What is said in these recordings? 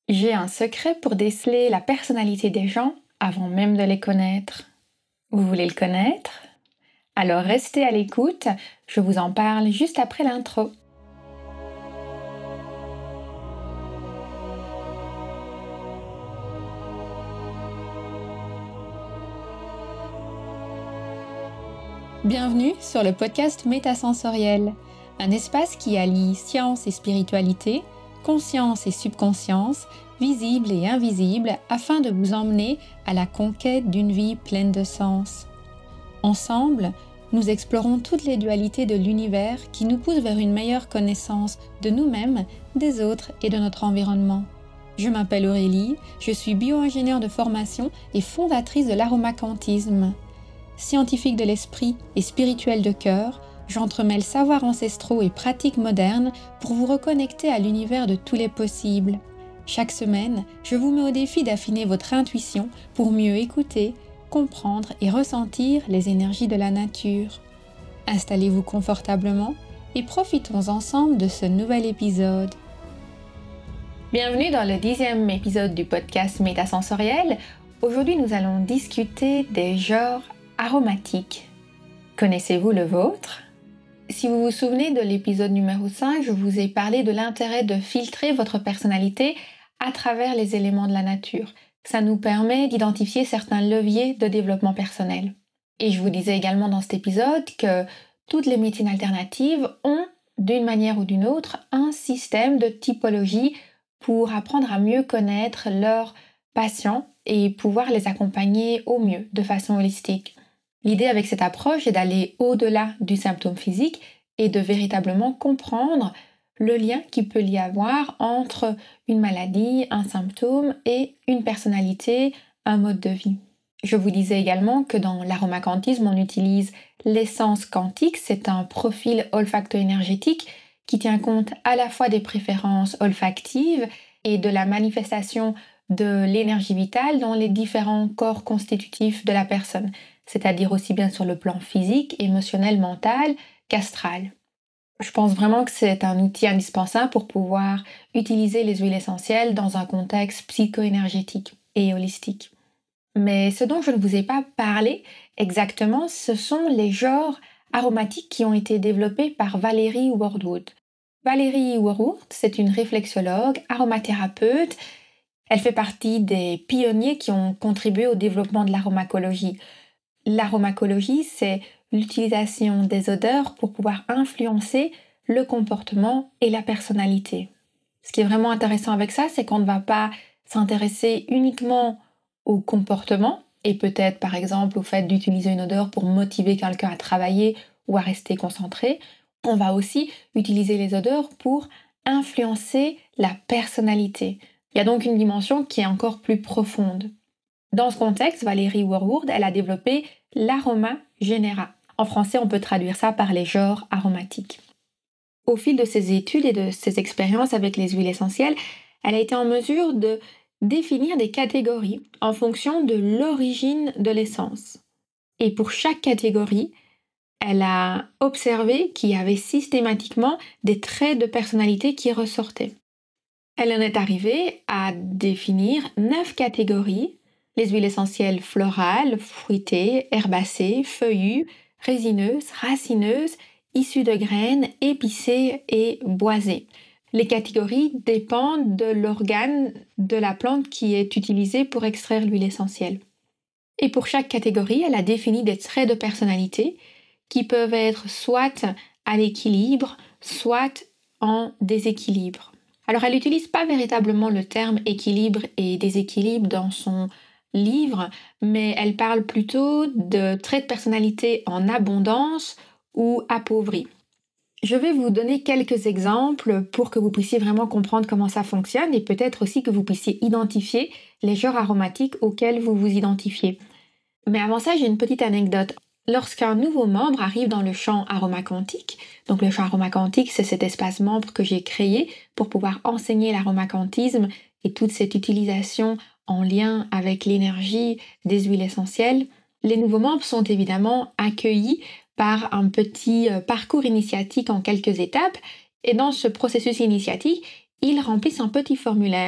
J'ai un secret pour déceler la personnalité des gens avant même de les connaître. Vous voulez le connaître? Alors restez à l'écoute, je vous en parle juste après l'intro. Bienvenue sur le podcast Métasensoriel, un espace qui allie science et spiritualité, conscience et subconscience, visible et invisible, afin de vous emmener à la conquête d'une vie pleine de sens. Ensemble, nous explorons toutes les dualités de l'univers qui nous poussent vers une meilleure connaissance de nous-mêmes, des autres et de notre environnement. Je m'appelle Aurélie, je suis bio-ingénieure de formation et fondatrice de l'aromacantisme. Scientifique de l'esprit et spirituel de cœur, j'entremêle savoirs ancestraux et pratiques modernes pour vous reconnecter à l'univers de tous les possibles. Chaque semaine, je vous mets au défi d'affiner votre intuition pour mieux écouter, comprendre et ressentir les énergies de la nature. Installez-vous confortablement et profitons ensemble de ce nouvel épisode. Bienvenue dans le 10e épisode du podcast Métasensoriel. Aujourd'hui, nous allons discuter des genres aromatiques. Connaissez-vous le vôtre? Si vous vous souvenez de l'épisode numéro 5, je vous ai parlé de l'intérêt de filtrer votre personnalité à travers les éléments de la nature. Ça nous permet d'identifier certains leviers de développement personnel. Et je vous disais également dans cet épisode que toutes les médecines alternatives ont, d'une manière ou d'une autre, un système de typologie pour apprendre à mieux connaître leurs patients et pouvoir les accompagner au mieux, de façon holistique. L'idée avec cette approche est d'aller au-delà du symptôme physique et de véritablement comprendre le lien qu'il peut y avoir entre une maladie, un symptôme et une personnalité, un mode de vie. Je vous disais également que dans l'aromacantisme, on utilise l'essence quantique, c'est un profil olfacto-énergétique qui tient compte à la fois des préférences olfactives et de la manifestation de l'énergie vitale dans les différents corps constitutifs de la personne, c'est-à-dire aussi bien sur le plan physique, émotionnel, mental qu'astral. Je pense vraiment que c'est un outil indispensable pour pouvoir utiliser les huiles essentielles dans un contexte psycho-énergétique et holistique. Mais ce dont je ne vous ai pas parlé exactement, ce sont les genres aromatiques qui ont été développés par Valérie Wordwood. Valérie Wordwood, c'est une réflexologue, aromathérapeute. Elle fait partie des pionniers qui ont contribué au développement de l'aromacologie. L'aromacologie, c'est l'utilisation des odeurs pour pouvoir influencer le comportement et la personnalité. Ce qui est vraiment intéressant avec ça, c'est qu'on ne va pas s'intéresser uniquement au comportement et peut-être par exemple au fait d'utiliser une odeur pour motiver quelqu'un à travailler ou à rester concentré. On va aussi utiliser les odeurs pour influencer la personnalité. Il y a donc une dimension qui est encore plus profonde. Dans ce contexte, Valérie Wordwood, elle a développé l'aroma genera. En français, on peut traduire ça par les genres aromatiques. Au fil de ses études et de ses expériences avec les huiles essentielles, elle a été en mesure de définir des catégories en fonction de l'origine de l'essence. Et pour chaque catégorie, elle a observé qu'il y avait systématiquement des traits de personnalité qui ressortaient. Elle en est arrivée à définir 9 catégories: les huiles essentielles florales, fruitées, herbacées, feuillues, résineuses, racineuses, issues de graines, épicées et boisées. Les catégories dépendent de l'organe de la plante qui est utilisée pour extraire l'huile essentielle. Et pour chaque catégorie, elle a défini des traits de personnalité qui peuvent être soit à l'équilibre, soit en déséquilibre. Alors elle n'utilise pas véritablement le terme équilibre et déséquilibre dans son livre, mais elle parle plutôt de traits de personnalité en abondance ou appauvris. Je vais vous donner quelques exemples pour que vous puissiez vraiment comprendre comment ça fonctionne et peut-être aussi que vous puissiez identifier les genres aromatiques auxquels vous vous identifiez. Mais avant ça, j'ai une petite anecdote. Lorsqu'un nouveau membre arrive dans le champ aromacantique, donc le champ aromacantique, c'est cet espace membre que j'ai créé pour pouvoir enseigner l'aromacantisme et toute cette utilisation en lien avec l'énergie des huiles essentielles, les nouveaux membres sont évidemment accueillis par un petit parcours initiatique en quelques étapes, et dans ce processus initiatique, ils remplissent un petit formulaire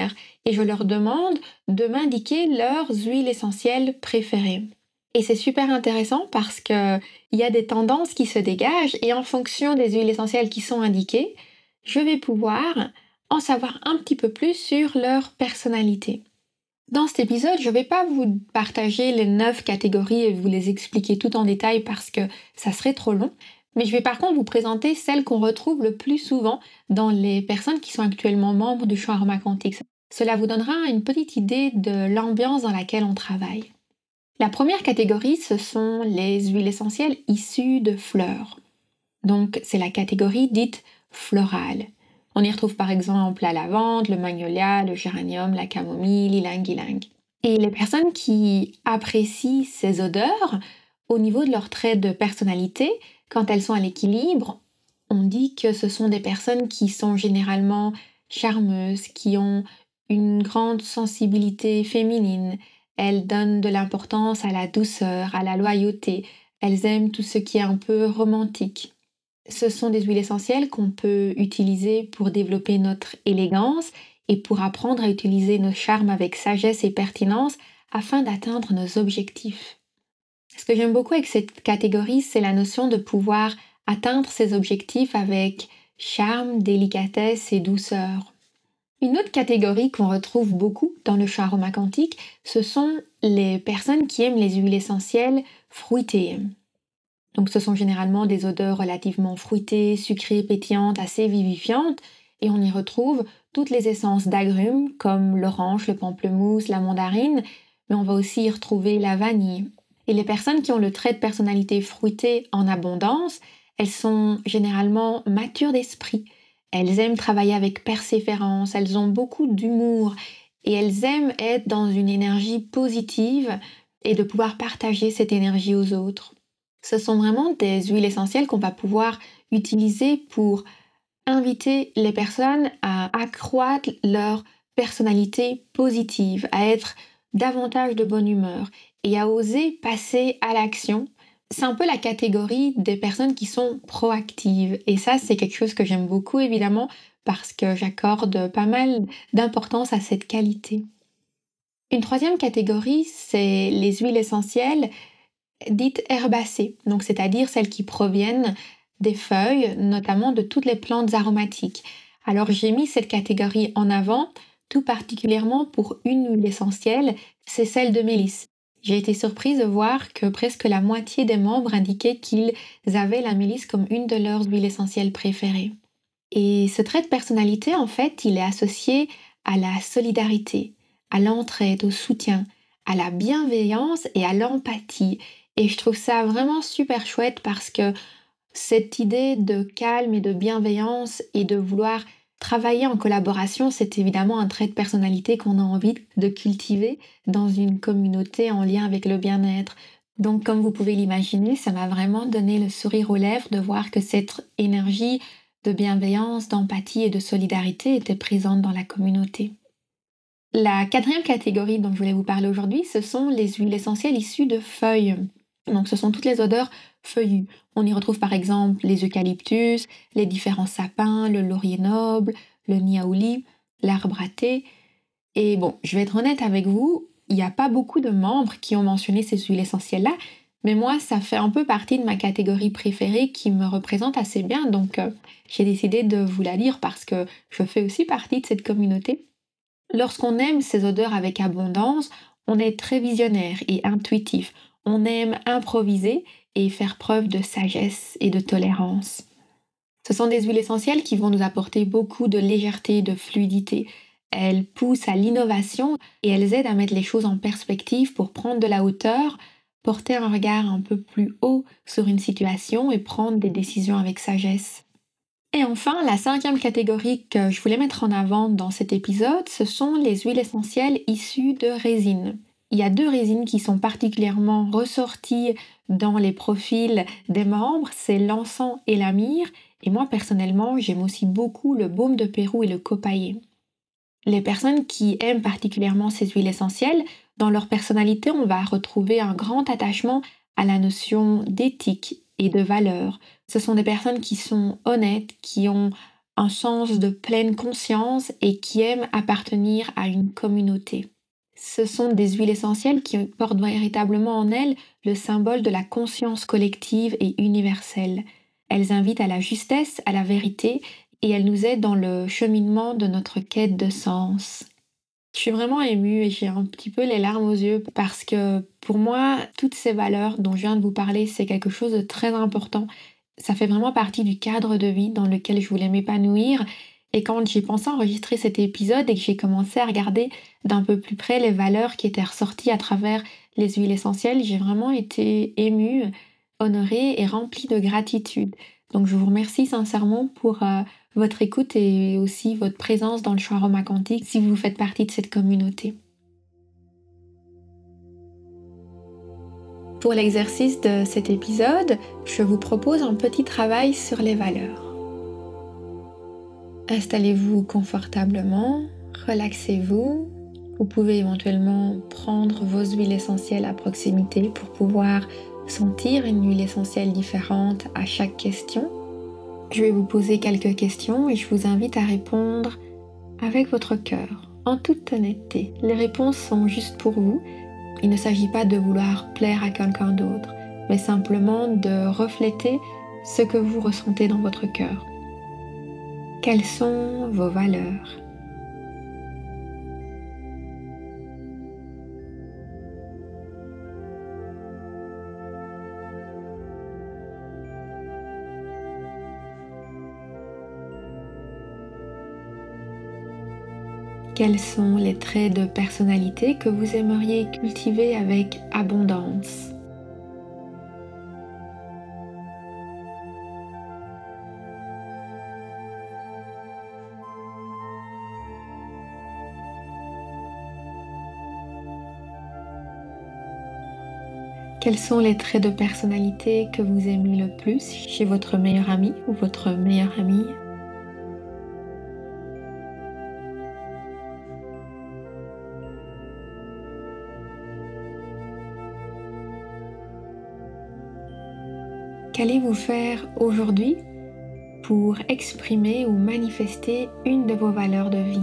et je leur demande de m'indiquer leurs huiles essentielles préférées. Et c'est super intéressant parce qu'il y a des tendances qui se dégagent et en fonction des huiles essentielles qui sont indiquées, je vais pouvoir en savoir un petit peu plus sur leur personnalité. Dans cet épisode, je ne vais pas vous partager les 9 catégories et vous les expliquer tout en détail parce que ça serait trop long, mais je vais par contre vous présenter celles qu'on retrouve le plus souvent dans les personnes qui sont actuellement membres du champ aromacantique. Cela vous donnera une petite idée de l'ambiance dans laquelle on travaille. La première catégorie, ce sont les huiles essentielles issues de fleurs. Donc, c'est la catégorie dite florale. On y retrouve par exemple la lavande, le magnolia, le géranium, la camomille, l'ylang-ylang. Et les personnes qui apprécient ces odeurs, au niveau de leurs traits de personnalité, quand elles sont à l'équilibre, on dit que ce sont des personnes qui sont généralement charmeuses, qui ont une grande sensibilité féminine. Elles donnent de l'importance à la douceur, à la loyauté. Elles aiment tout ce qui est un peu romantique. Ce sont des huiles essentielles qu'on peut utiliser pour développer notre élégance et pour apprendre à utiliser nos charmes avec sagesse et pertinence afin d'atteindre nos objectifs. Ce que j'aime beaucoup avec cette catégorie, c'est la notion de pouvoir atteindre ces objectifs avec charme, délicatesse et douceur. Une autre catégorie qu'on retrouve beaucoup dans le champ aromacantique, ce sont les personnes qui aiment les huiles essentielles fruitées. Donc ce sont généralement des odeurs relativement fruitées, sucrées, pétillantes, assez vivifiantes, et on y retrouve toutes les essences d'agrumes comme l'orange, le pamplemousse, la mandarine, mais on va aussi y retrouver la vanille. Et les personnes qui ont le trait de personnalité fruitée en abondance, elles sont généralement matures d'esprit. Elles aiment travailler avec persévérance, elles ont beaucoup d'humour et elles aiment être dans une énergie positive et de pouvoir partager cette énergie aux autres. Ce sont vraiment des huiles essentielles qu'on va pouvoir utiliser pour inviter les personnes à accroître leur personnalité positive, à être davantage de bonne humeur et à oser passer à l'action. C'est un peu la catégorie des personnes qui sont proactives et ça c'est quelque chose que j'aime beaucoup évidemment parce que j'accorde pas mal d'importance à cette qualité. Une troisième catégorie, c'est les huiles essentielles dites herbacées, donc c'est-à-dire celles qui proviennent des feuilles, notamment de toutes les plantes aromatiques. Alors j'ai mis cette catégorie en avant, tout particulièrement pour une huile essentielle, c'est celle de mélisse. J'ai été surprise de voir que presque la moitié des membres indiquaient qu'ils avaient la mélisse comme une de leurs huiles essentielles préférées. Et ce trait de personnalité, en fait, il est associé à la solidarité, à l'entraide, au soutien, à la bienveillance et à l'empathie. Et je trouve ça vraiment super chouette parce que cette idée de calme et de bienveillance et de vouloir travailler en collaboration, c'est évidemment un trait de personnalité qu'on a envie de cultiver dans une communauté en lien avec le bien-être. Donc comme vous pouvez l'imaginer, ça m'a vraiment donné le sourire aux lèvres de voir que cette énergie de bienveillance, d'empathie et de solidarité était présente dans la communauté. La quatrième catégorie dont je voulais vous parler aujourd'hui, ce sont les huiles essentielles issues de feuilles. Donc ce sont toutes les odeurs feuillues. On y retrouve par exemple les eucalyptus, les différents sapins, le laurier noble, le niaouli, l'arbre à thé. Et bon, je vais être honnête avec vous, il n'y a pas beaucoup de membres qui ont mentionné ces huiles essentielles-là, mais moi, ça fait un peu partie de ma catégorie préférée qui me représente assez bien, donc j'ai décidé de vous la lire parce que je fais aussi partie de cette communauté. Lorsqu'on aime ces odeurs avec abondance, on est très visionnaire et intuitif. On aime improviser et faire preuve de sagesse et de tolérance. Ce sont des huiles essentielles qui vont nous apporter beaucoup de légèreté, de fluidité. Elles poussent à l'innovation et elles aident à mettre les choses en perspective pour prendre de la hauteur, porter un regard un peu plus haut sur une situation et prendre des décisions avec sagesse. Et enfin, la cinquième catégorie que je voulais mettre en avant dans cet épisode, ce sont les huiles essentielles issues de résines. Il y a 2 résines qui sont particulièrement ressorties dans les profils des membres, c'est l'encens et la myrrhe, et moi personnellement, j'aime aussi beaucoup le baume de Pérou et le copaillé. Les personnes qui aiment particulièrement ces huiles essentielles, dans leur personnalité, on va retrouver un grand attachement à la notion d'éthique et de valeur. Ce sont des personnes qui sont honnêtes, qui ont un sens de pleine conscience et qui aiment appartenir à une communauté. Ce sont des huiles essentielles qui portent véritablement en elles le symbole de la conscience collective et universelle. Elles invitent à la justesse, à la vérité, et elles nous aident dans le cheminement de notre quête de sens. Je suis vraiment émue et j'ai un petit peu les larmes aux yeux parce que pour moi, toutes ces valeurs dont je viens de vous parler, c'est quelque chose de très important. Ça fait vraiment partie du cadre de vie dans lequel je voulais m'épanouir. Et quand j'ai pensé enregistrer cet épisode et que j'ai commencé à regarder d'un peu plus près les valeurs qui étaient ressorties à travers les huiles essentielles, j'ai vraiment été émue, honorée et remplie de gratitude. Donc je vous remercie sincèrement pour votre écoute et aussi votre présence dans le choix Aroma Quantique si vous faites partie de cette communauté. Pour l'exercice de cet épisode, je vous propose un petit travail sur les valeurs. Installez-vous confortablement, relaxez-vous. Vous pouvez éventuellement prendre vos huiles essentielles à proximité pour pouvoir sentir une huile essentielle différente à chaque question. Je vais vous poser quelques questions et je vous invite à répondre avec votre cœur, en toute honnêteté. Les réponses sont juste pour vous. Il ne s'agit pas de vouloir plaire à quelqu'un d'autre, mais simplement de refléter ce que vous ressentez dans votre cœur. Quelles sont vos valeurs ? Quels sont les traits de personnalité que vous aimeriez cultiver avec abondance ? Quels sont les traits de personnalité que vous aimez le plus chez votre meilleur ami ou votre meilleure amie ? Qu'allez-vous faire aujourd'hui pour exprimer ou manifester une de vos valeurs de vie ?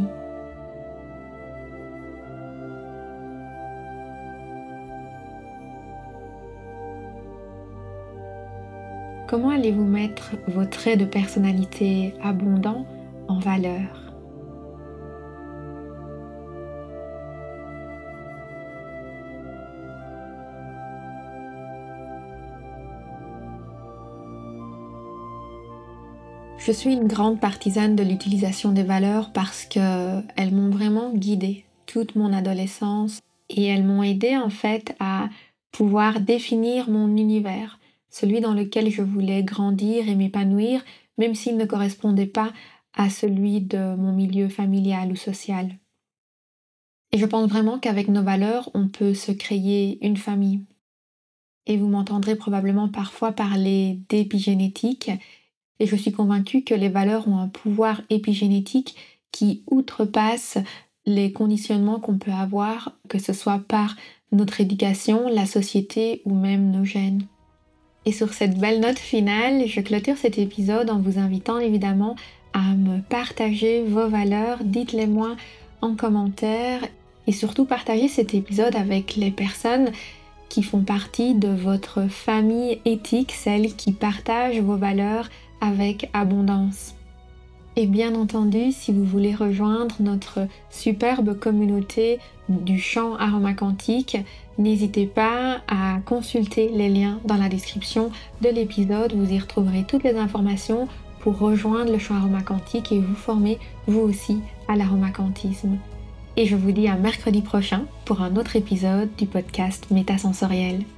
Comment allez-vous mettre vos traits de personnalité abondants en valeur ? Je suis une grande partisane de l'utilisation des valeurs parce qu'elles m'ont vraiment guidée toute mon adolescence et elles m'ont aidée en fait à pouvoir définir mon univers, celui dans lequel je voulais grandir et m'épanouir, même s'il ne correspondait pas à celui de mon milieu familial ou social. Et je pense vraiment qu'avec nos valeurs, on peut se créer une famille. Et vous m'entendrez probablement parfois parler d'épigénétique. Et je suis convaincue que les valeurs ont un pouvoir épigénétique qui outrepasse les conditionnements qu'on peut avoir, que ce soit par notre éducation, la société ou même nos gènes. Et sur cette belle note finale, je clôture cet épisode en vous invitant évidemment à me partager vos valeurs. Dites-les moi en commentaire et surtout partagez cet épisode avec les personnes qui font partie de votre famille éthique, celles qui partagent vos valeurs avec abondance. Et bien entendu, si vous voulez rejoindre notre superbe communauté du chant Aroma Quantique, n'hésitez pas à consulter les liens dans la description de l'épisode. Vous y retrouverez toutes les informations pour rejoindre le chant Aroma Quantique et vous former vous aussi à l'aromaquantisme. Et je vous dis à mercredi prochain pour un autre épisode du podcast Métasensoriel.